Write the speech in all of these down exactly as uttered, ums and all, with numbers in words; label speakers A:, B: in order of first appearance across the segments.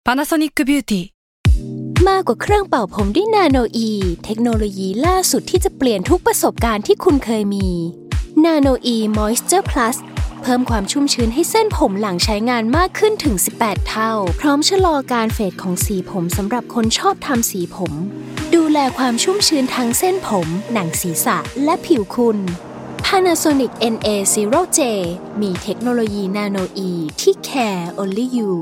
A: Panasonic Beauty
B: มากกว่าเครื่องเป่าผมด้วยนาโนอีเทคโนโลยีล่าสุดที่จะเปลี่ยนทุกประสบการณ์ที่คุณเคยมีนาโนอีมอยส์เจอร์พลัสเพิ่มความชุ่มชื้นให้เส้นผมหลังใช้งานมากขึ้นถึงสิบแปดเท่าพร้อมชะลอการเฟดของสีผมสำหรับคนชอบทำสีผมดูแลความชุ่มชื้นทั้งเส้นผมหนังศีรษะและผิวคุณ Panasonic เอ็น เอ ศูนย์ เจ มีเทคโนโลยีนาโนอีที่ care only you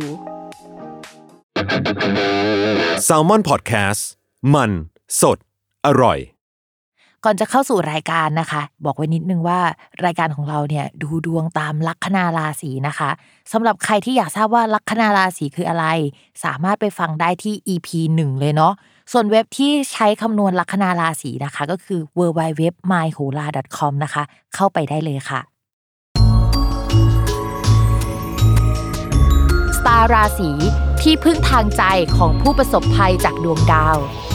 C: Salmon Podcast มันสดอร่อย
D: ก่อนจะเข้าสู่รายการนะคะบอกไว้นิดนึงว่ารายการของเราเนี่ยดูดวงตามลัคนาราศีนะคะสำหรับใครที่อยากทราบว่าลัคนาราศีคืออะไรสามารถไปฟังได้ที่ อี พี หนึ่งเลยเนาะส่วนเว็บที่ใช้คำนวณลัคนาราศีนะคะก็คือ ดับเบิลยู ดับเบิลยู ดับเบิลยู ดอท มายโหรา ดอท คอม นะคะเข้าไปได้เลยค่ะสตาร์ราศีที่พึ่งทางใจของผู้ประสบภัยจากดวงดาว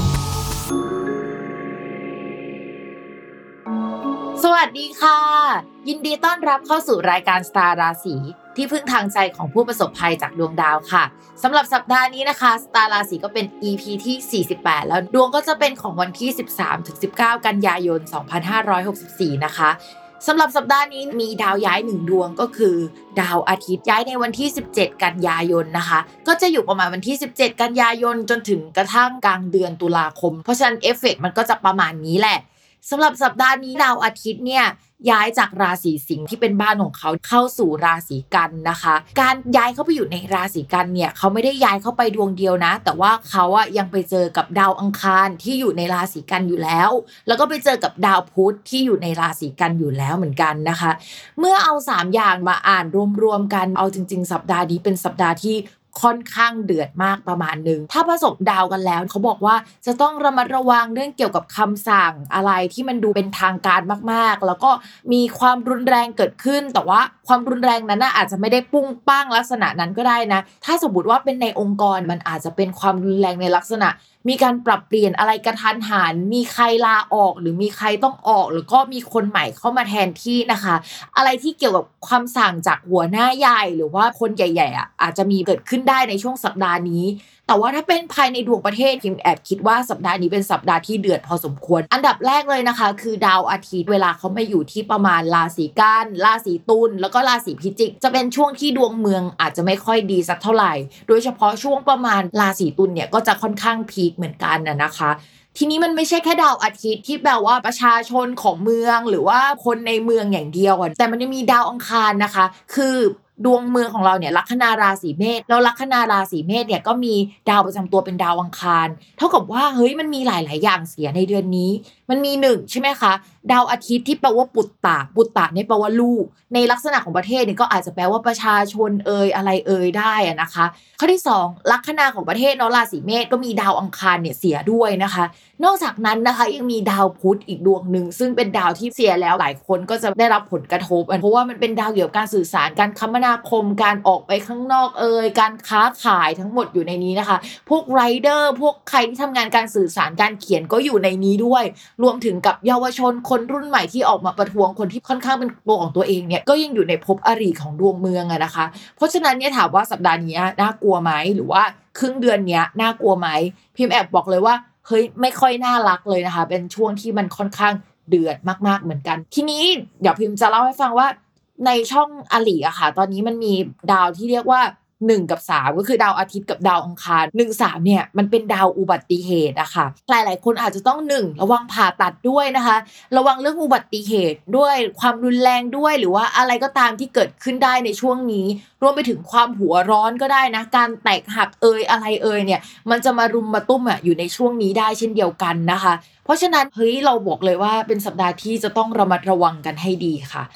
D: สวัสดีค่ะยินดีต้อนรับเข้าสู่รายการสตาร์ราศีที่พึ่งทางใจของผู้ประสบภัยจากดวงดาวค่ะสำหรับสัปดาห์นี้นะคะสตาร์ราศีก็เป็น อี พี ที่สี่สิบแปดแล้วดวงก็จะเป็นของวันที่ สิบสามถึงสิบเก้า กันยายน สองพันห้าร้อยหกสิบสี่นะคะสำหรับสัปดาห์นี้มีดาวย้ายหนึ่งดวงก็คือดาวอาทิตย์ย้ายในวันที่สิบเจ็ดกันยายนนะคะก็จะอยู่ประมาณวันที่สิบเจ็ดกันยายนจนถึงกระทั่งกลางเดือนตุลาคมเพราะฉะนั้นเอฟเฟกต์มันก็จะประมาณนี้แหละสำหรับสัปดาห์นี้ดาวอาทิตย์เนี่ยย้ายจากราศีสิงห์ที่เป็นบ้านของเขาเข้าสู่ราศีกันนะคะการย้ายเข้าไปอยู่ในราศีกันเนี่ยเขาไม่ได้ย้ายเข้าไปดวงเดียวนะแต่ว่าเขาอะยังไปเจอกับดาวอังคารที่อยู่ในราศีกันอยู่แล้วแล้วก็ไปเจอกับดาวพุธที่อยู่ในราศีกันอยู่แล้วเหมือนกันนะคะเมื่อเอาสามอย่างมาอ่านรวมๆกันเอาจริงๆสัปดาห์นี้เป็นสัปดาห์ที่ค่อนข้างเดือดมากประมาณนึงถ้าผสมดาวกันแล้วเขาบอกว่าจะต้องระมัดระวังเรื่องเกี่ยวกับคำสั่งอะไรที่มันดูเป็นทางการมากๆแล้วก็มีความรุนแรงเกิดขึ้นแต่ว่าความรุนแรงนั้นน่ะอาจจะไม่ได้ปุ้งปั้งลักษณะนั้นก็ได้นะถ้าสมมติว่าเป็นในองค์กรมันอาจจะเป็นความรุนแรงในลักษณะมีการปรับเปลี่ยนอะไรกระทันหันมีใครลาออกหรือมีใครต้องออกหรือก็มีคนใหม่เข้ามาแทนที่นะคะอะไรที่เกี่ยวกับคำสั่งจากหัวหน้าใหญ่หรือว่าคนใหญ่ๆอ่ะอาจจะมีเกิดขึ้นได้ในช่วงสัปดาห์นี้แต่ว่าถ้าเป็นภายในดวงประเทศพิมแอบคิดว่าสัปดาห์นี้เป็นสัปดาห์ที่เดือดพอสมควรอันดับแรกเลยนะคะคือดาวอาทิตย์เวลาเขามาอยู่ที่ประมาณราศีกันราศีตุลแล้วก็ราศีพิจิกจะเป็นช่วงที่ดวงเมืองอาจจะไม่ค่อยดีสักเท่าไหร่โดยเฉพาะช่วงประมาณราศีตุลเนี่ยก็จะค่อนข้างพีคเหมือนกันน่ะนะคะทีนี้มันไม่ใช่แค่ดาวอาทิตย์ที่แปลว่าประชาชนของเมืองหรือว่าคนในเมืองอย่างเดียวแต่มันยังมีดาวอังคารนะคะคือดวงเมืองของเราเนี่ยลัคนาราศีเมษแล้วลัคนาราศีเมษเนี่ยก็มีดาวประจำตัวเป็นดาวอังคารเท่ากับว่าเฮ้ยมันมีหลายๆอย่างเสียในเดือนนี้มันมีหนึ่งใช่ไหมคะดาวอาทิตย์ที่แปลว่าปุตตะปุตตะเนี่ยแปลว่าลูกในลักษณะของประเทศเนี่ยก็อาจจะแปลว่าประชาชนเอ่ยอะไรเอ่ยได้อะนะคะข้อที่สองลัคนาของประเทศเนาะราศีเมษก็มีดาวอังคารเนี่ยเสียด้วยนะคะนอกจากนั้นนะคะยังมีดาวพุธอีกดวงนึงซึ่งเป็นดาวที่เสียแล้วหลายคนก็จะได้รับผลกระทบเพราะว่ามันเป็นดาวเกี่ยวกับการสื่อสารการคมนาคมการออกไปข้างนอกเอ่ยการค้าขายทั้งหมดอยู่ในนี้นะคะพวกไรเดอร์พวกใครที่ทำงานการสื่อสารการเขียนก็อยู่ในนี้ด้วยรวมถึงกับเยาวชนคนรุ่นใหม่ที่ออกมาประท้วงคนที่ค่อนข้างเป็นตัวของตัวเองเนี่ยก็ยังอยู่ในภพอริของดวงเมืองอะนะคะเพราะฉะนั้นเนี่ยถามว่าสัปดาห์นี้น่ากลัวไหมหรือว่าครึ่งเดือนเนี้ยน่ากลัวไหมพิมพ์แอบบอกเลยว่าเฮ้ยไม่ค่อยน่ารักเลยนะคะเป็นช่วงที่มันค่อนข้างเดือดมากๆเหมือนกันทีนี้เดี๋ยวพิมพ์จะเล่าให้ฟังว่าในช่องอลีอะค่ะตอนนี้มันมีดาวที่เรียกว่าหนึ่งกับสามก็คือดาวอาทิตย์กับดาวอังคารหนึ่ง สามเนี่ยมันเป็นดาวอุบัติเหตุอะค่ะหลายๆคนอาจจะต้องหนึ่งระวังผ่าตัดด้วยนะคะระวังเรื่องอุบัติเหตุด้วยความรุนแรงด้วยหรือว่าอะไรก็ตามที่เกิดขึ้นได้ในช่วงนี้รวมไปถึงความหัวร้อนก็ได้นะการแตกหักเอยอะไรเอยเนี่ยมันจะมารุมมาตุ้มอะอยู่ในช่วงนี้ได้เช่นเดียวกันนะคะเพราะฉะนั้นเฮ้ยเราบอกเลยว่าเป็นสัปดาห์ที่จะต้องระมัดระวังกันให้ดีค่ะ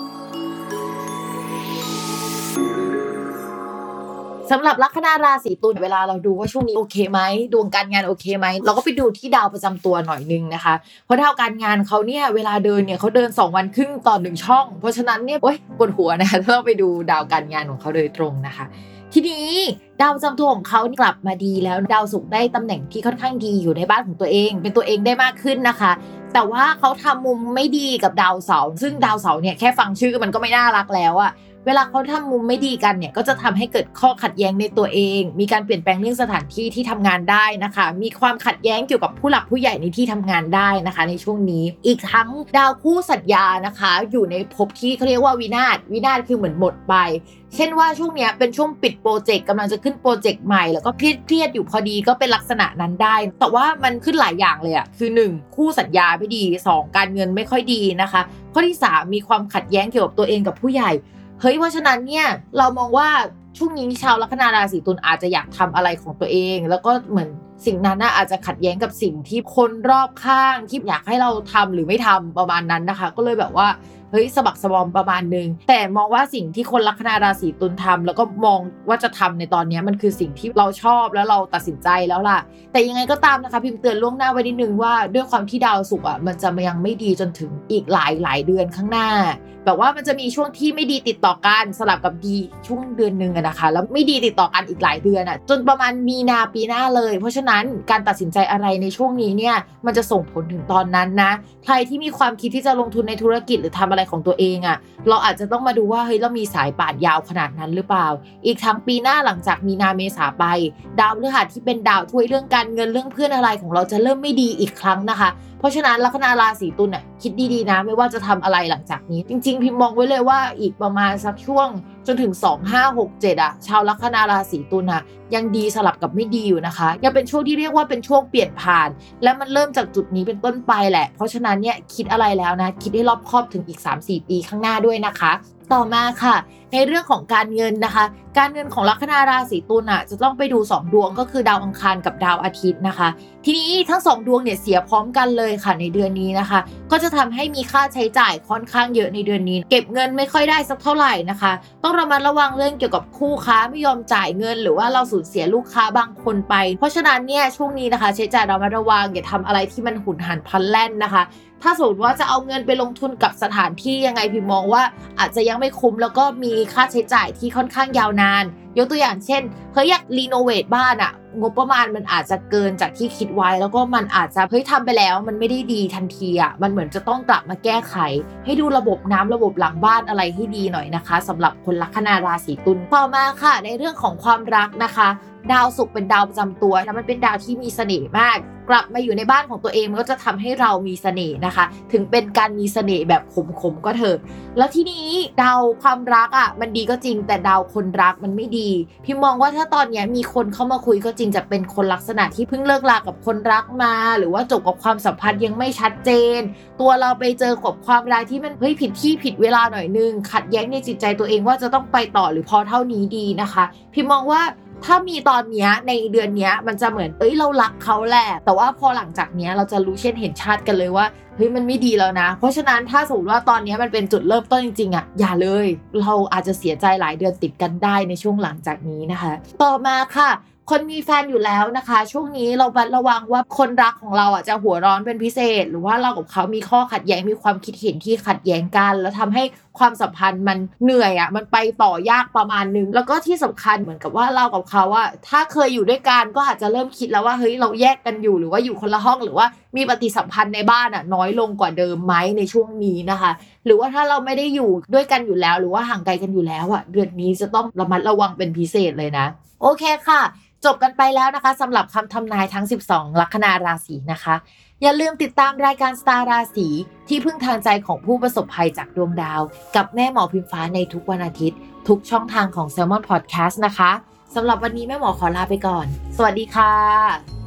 D: สำหรับลัคนาราศีตุลเวลาเราดูว่าช่วงนี้โอเคไหมดวงการงานโอเคไหมเราก็ไปดูที่ดาวประจำตัวหน่อยนึงนะคะเพราะดาวการงานเขาเนี่ยเวลาเดินเนี่ยเขาเดินสองวันครึ่งต่อหนึ่งช่องเพราะฉะนั้นเนี่ยโอ๊ยปวดหัวนะคะต้องไปดูดาวการงานของเขาโดยตรงนะคะทีนี้ดาวประจำตัวของเขากลับมาดีแล้วดาวศุกร์ได้ตำแหน่งที่ค่อนข้างดีอยู่ในบ้านของตัวเองเป็นตัวเองได้มากขึ้นนะคะแต่ว่าเขาทำมุมไม่ดีกับดาวเสาร์ซึ่งดาวเสาร์เนี่ยแค่ฟังชื่อมันก็ไม่น่ารักแล้วอะ เเวลาเขาทำมุมไม่ดีกันเนี่ยก็จะทำให้เกิดข้อขัดแย้งในตัวเองมีการเปลี่ยนแปลงเรื่องสถานที่ที่ทำงานได้นะคะมีความขัดแย้งเกี่ยวกับผู้หลักผู้ใหญ่ในที่ทำงานได้นะคะในช่วงนี้อีกทั้งดาวคู่สัญญานะคะอยู่ในภพที่เขาเรียกว่าวินาศวินาศคือเหมือนหมดไปเช่นว่าช่วงนี้เป็นช่วงปิดโปรเจกต์กำลังจะขึ้นโปรเจกต์ใหม่แล้วก็เครียดๆอยู่พอดีก็เป็นลักษณะนั้นได้แต่ว่ามันขึ้นหลายอย่างเลยอ่ะคือหนึ่งคู่สัญญาไม่ดีสองการเงินไม่ค่อยดีนะคะข้อที่สามมีความขัดแย้งเกี่ยวกับตัวเองกับผู้ใหญ่เฮ้ยเพราะฉะนั้นเนี่ยเรามองว่าช่วงนี้ชาวลัคนาราศีตุลอาจจะอยากทำอะไรของตัวเองแล้วก็เหมือนสิ่งนั้นน่ะอาจจะขัดแย้งกับสิ่งที่คนรอบข้างที่อยากให้เราทำหรือไม่ทำประมาณนั้นนะคะก็เลยแบบว่าเฮ้ยสะบักสะบอมประมาณนึงแต่มองว่าสิ่งที่คนลัคนาราศีตุลทำแล้วก็มองว่าจะทำในตอนนี้มันคือสิ่งที่เราชอบแล้วเราตัดสินใจแล้วล่ะแต่ยังไงก็ตามนะคะพิมพ์เตือนล่วงหน้าไว้นิดนึงว่าด้วยความที่ดาวศุกร์อ่ะมันจะยังไม่ดีจนถึงอีกหลายหลายเดือนข้างหน้าแบบว่ามันจะมีช่วงที่ไม่ดีติดต่อกันสลับกับดีช่วงเดือนนึงอะนะคะแล้วไม่ดีติดต่อกันอีกหลายเดือนอะจนประมาณมีนาปีหน้าเลยเพราะฉะนั้นการตัดสินใจอะไรในช่วงนี้เนี่ยมันจะส่งผลถึงตอนนั้นนะใครที่มีความคิดที่จะลงทุนในธุรกิจหรือทำอะไรของตัวเองอะเราอาจจะต้องมาดูว่าเฮ้ยเรามีสายป่านยาวขนาดนั้นหรือเปล่าอีกทั้งปีหน้าหลังจากมีนาเมษาไปดาวพฤหัสที่เป็นดาวช่วยเรื่องการเงินเรื่องเพื่อนอะไรของเราจะเริ่มไม่ดีอีกครั้งนะคะเพราะฉะนั้นลัคนาราศีตุลน่ะคิดดีๆนะไม่ว่าจะทำอะไรหลังจากนี้จริงๆพิมพ์มองไว้เลยว่าอีกประมาณสักช่วงจนถึงสอง ห้า หก เจ็ดอ่ะชาวลัคนาราศีตุลน่ะยังดีสลับกับไม่ดีอยู่นะคะยังเป็นช่วงที่เรียกว่าเป็นช่วงเปลี่ยนผ่านและมันเริ่มจากจุดนี้เป็นต้นไปแหละเพราะฉะนั้นเนี่ยคิดอะไรแล้วนะคิดให้รอบคอบถึงอีก สามสี่ ปีข้างหน้าด้วยนะคะต่อมาค่ะในเรื่องของการเงินนะคะการเงินของลัคนาราศีตุลน่ะจะต้องไปดูสองดวงก็คือดาวอังคารกับดาวอาทิตย์นะคะทีนี้ทั้งสองดวงเนี่ยเสียพร้อมกันเลยค่ะในเดือนนี้นะคะก็จะทำให้มีค่าใช้จ่ายค่อนข้างเยอะในเดือนนี้เก็บเงินไม่ค่อยได้สักเท่าไหร่นะคะต้องระมัดระวังเรื่องเกี่ยวกับคู่ค้าไม่ยอมจ่ายเงินหรือว่าเราสูญเสียลูกค้าบางคนไปเพราะฉะนั้นเนี่ยช่วงนี้นะคะใช้จ่ายระมัดระวังอย่าทำอะไรที่มันหุนหันพลันแล่นนะคะถ้าสมมติว่าจะเอาเงินไปลงทุนกับสถานที่ยังไงพิมมองว่าอาจจะยังไม่คุ้มแล้วก็มีค่าใช้จ่ายที่ค่อนข้างยาวนานยกตัวอย่างเช่นเฮ้ยอยากรีโนเวทบ้านอะงบประมาณมันอาจจะเกินจากที่คิดไว้แล้วก็มันอาจจะเฮ้ยทำไปแล้วมันไม่ได้ดีทันทีอะมันเหมือนจะต้องกลับมาแก้ไขให้ดูระบบน้ำระบบหลังบ้านอะไรให้ดีหน่อยนะคะสำหรับคนลัคนาราศีตุลต่อมาค่ะในเรื่องของความรักนะคะดาวศุกร์เป็นดาวประจำตัวแล้วมันเป็นดาวที่มีเสน่ห์มากกลับมาอยู่ในบ้านของตัวเองมันก็จะทำให้เรามีเสน่ห์นะคะถึงเป็นการมีเสน่ห์แบบขมๆก็เถอะแล้วทีนี้ดาวความรักอ่ะมันดีก็จริงแต่ดาวคนรักมันไม่ดีพี่มองว่าถ้าตอนนี้มีคนเข้ามาคุยก็จริงจะเป็นคนลักษณะที่เพิ่งเลิกลากับคนรักมาหรือว่าจบกับความสัมพันธ์ยังไม่ชัดเจนตัวเราไปเจอกับความรักที่มันเฮ้ยผิดที่ผิดเวลาหน่อยนึงขัดแย้งในจิตใจตัวเองว่าจะต้องไปต่อหรือพอเท่านี้ดีนะคะพี่มองว่าถ้ามีตอนนี้ในเดือนนี้มันจะเหมือนเอ้ยเรารักเขาแหละแต่ว่าพอหลังจากนี้เราจะรู้เช่นเห็นชัดกันเลยว่าเฮ้ยมันไม่ดีแล้วนะเพราะฉะนั้นถ้าสมมติว่าตอนนี้มันเป็นจุดเริ่มต้นจริงๆอ่ะอย่าเลยเราอาจจะเสียใจหลายเดือนติดกันได้ในช่วงหลังจากนี้นะคะต่อมาค่ะคนมีแฟนอยู่แล้วนะคะช่วงนี้เราระวังว่าคนรักของเราอ่ะจะหัวร้อนเป็นพิเศษหรือว่าเรากับเขามีข้อขัดแย้งมีความคิดเห็นที่ขัดแย้งกันแล้วทำให้ความสัมพันธ์มันเหนื่อยอ่ะมันไปต่อยากประมาณนึงแล้วก็ที่สำคัญเหมือนกับว่าเรากับเขาอ่ะถ้าเคยอยู่ด้วยกันก็อาจจะเริ่มคิดแล้วว่าเฮ้ยเราแยกกันอยู่หรือว่าอยู่คนละห้องหรือว่ามีปฏิสัมพันธ์ในบ้านอ่ะน้อยลงกว่าเดิมไหมในช่วงนี้นะคะหรือว่าถ้าเราไม่ได้อยู่ด้วยกันอยู่แล้วหรือว่าห่างไกลกันอยู่แล้วอ่ะเดือนนี้จะต้องระมัดระวังเป็นพิเศษเลยนะโอเคค่ะจบกันไปแล้วนะคะสำหรับคำทำนายทั้งสิบสองลัคนาราศีนะคะอย่าลืมติดตามรายการสตาร์ราศีที่พึ่งทางใจของผู้ประสบภัยจากดวงดาวกับแม่หมอพิมฟ้าในทุกวันอาทิตย์ทุกช่องทางของ Salmon Podcast นะคะสำหรับวันนี้แม่หมอขอลาไปก่อนสวัสดีค่ะ